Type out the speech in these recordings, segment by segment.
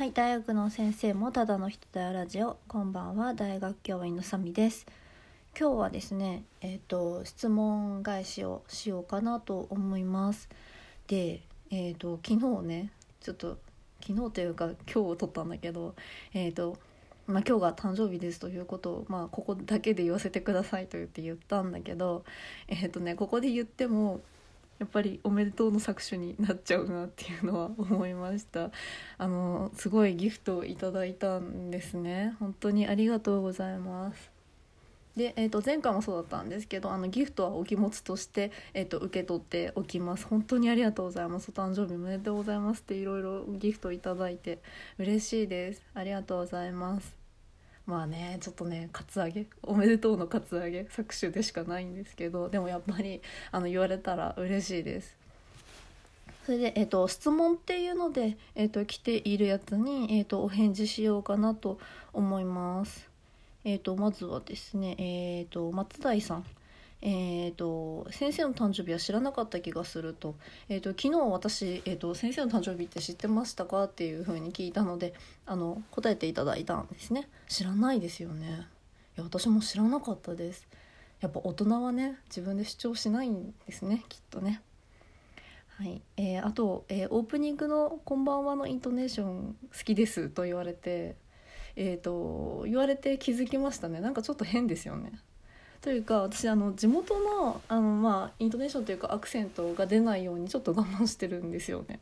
はい、大学の先生もただの人だよラジオ。こんばんは、大学教員のサミです。今日はですね、質問返しをしようかなと思います。で、昨日ね、ちょっと昨日というか今日撮ったんだけど、今日が誕生日ですということを、ここだけで言わせてくださいと言ったんだけど、ここで言ってもやっぱりおめでとうの搾取になっちゃうなっていうのは思いました。すごいギフトをいただいたんですね。本当にありがとうございます。で、前回もそうだったんですけど、ギフトはお気持ちとして、受け取っておきます。本当にありがとうございます。お誕生日おめでとうございますっていろいろギフトいただいて嬉しいです。ありがとうございます。ちょっとね、カツアゲ、おめでとうのカツアゲ搾取でしかないんですけど、でもやっぱり言われたら嬉しいです。それで、質問っていうので、来ているやつに、お返事しようかなと思います。まずはですね、松大さん、先生の誕生日は知らなかった気がすると、昨日私、先生の誕生日って知ってましたかっていう風に聞いたので答えていただいたんですね。知らないですよね。いや、私も知らなかったです。やっぱ大人はね、自分で主張しないんですね、きっとね。はい。あと、オープニングのこんばんはのイントネーション好きですと言われて、言われて気づきましたね。なんかちょっと変ですよね。というか、私地元のイントネーションというかアクセントが出ないようにちょっと我慢してるんですよね。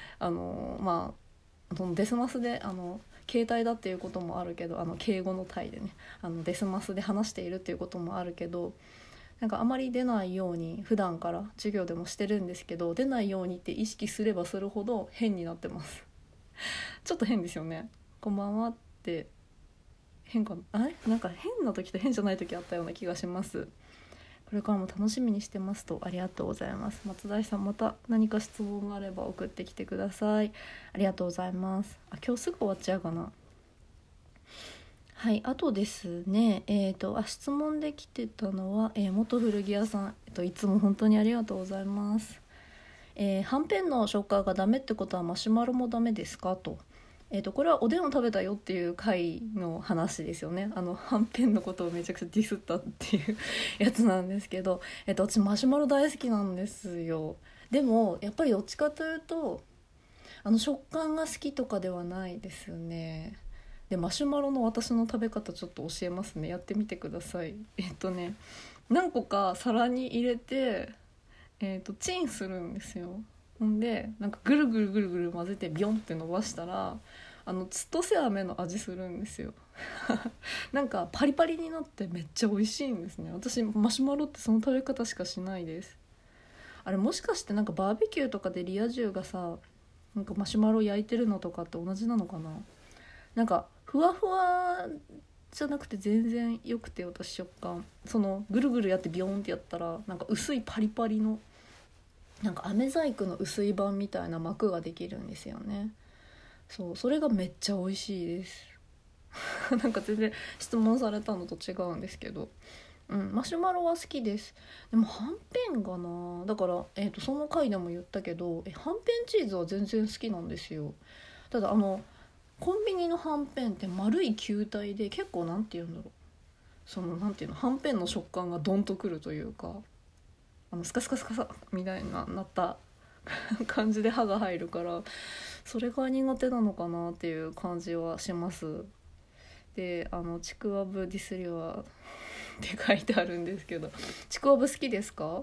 そのデスマスで携帯だっていうこともあるけど、敬語のタイでね、デスマスで話しているっていうこともあるけど、なんかあまり出ないように普段から授業でもしてるんですけど、出ないようにって意識すればするほど変になってますちょっと変ですよね。こんばんはって変かな、なんか変な時と変じゃない時あったような気がします。これからも楽しみにしてますと、ありがとうございます。松田さん、また何か質問があれば送ってきてください。ありがとうございます。今日すぐ終わっちゃうかな。はい、あとですね、質問できてたのは、元古着屋さん、いつも本当にありがとうございます。はんぺんの食感がダメってことはマシュマロもダメですかと。これはおでんを食べたよっていう回の話ですよね。はんぺんのことをめちゃくちゃディスったっていうやつなんですけど、私マシュマロ大好きなんですよ。でもやっぱりどっちかというと食感が好きとかではないですね。で、マシュマロの私の食べ方ちょっと教えますね。やってみてください。何個か皿に入れてチンするんですよ。ほんでなんかぐるぐるぐるぐる混ぜてビョンって伸ばしたら千歳飴の味するんですよなんかパリパリになってめっちゃ美味しいんですね。私マシュマロってその食べ方しかしないです。あれもしかしてなんかバーベキューとかでリア充がさ、なんかマシュマロ焼いてるのとかって同じなのかな。なんかふわふわじゃなくて全然良くて、私食感そのぐるぐるやってビヨーンってやったらなんか薄いパリパリのなんか飴細工の薄い版みたいな膜ができるんですよね。そう、それがめっちゃ美味しいですなんか全然質問されたのと違うんですけど、マシュマロは好きです。でもはんぺんがな、だから、その回でも言ったけどはんぺんチーズは全然好きなんですよ。ただコンビニのはんぺんって丸い球体で結構なんて言うんだろう、そのなんていうの、はんぺんの食感がドンとくるというか、スカスカスカサみたいななった感じで歯が入るから、それが苦手なのかなっていう感じはします。でちくわぶディスリはって書いてあるんですけど、ちくわぶ好きですか？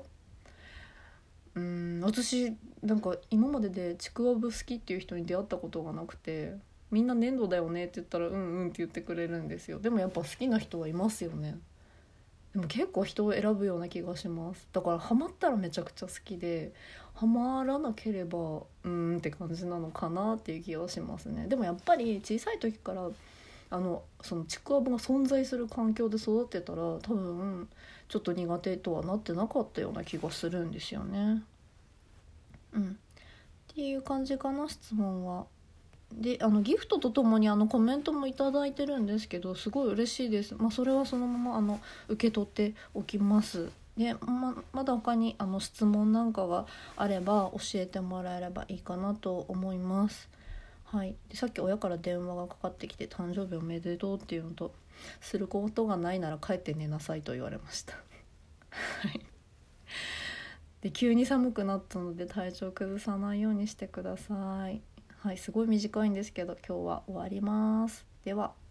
私なんか今まででちくわぶ好きっていう人に出会ったことがなくて、みんな粘土だよねって言ったらうんうんって言ってくれるんですよ。でもやっぱ好きな人はいますよね。でも結構人を選ぶような気がします。だからハマったらめちゃくちゃ好きで、ハマらなければって感じなのかなっていう気がしますね。でもやっぱり小さい時からそのちくわぶが存在する環境で育ってたら多分ちょっと苦手とはなってなかったような気がするんですよね。っていう感じかな、質問は。でギフトとともにコメントもいただいてるんですけど、すごい嬉しいです。それはそのまま受け取っておきます。でまだ他に質問なんかがあれば教えてもらえればいいかなと思います。 はい、でさっき親から電話がかかってきて誕生日おめでとうっていうのと、することがないなら帰って寝なさいと言われましたはい、で急に寒くなったので体調崩さないようにしてください。はい、すごい短いんですけど今日は終わります。では。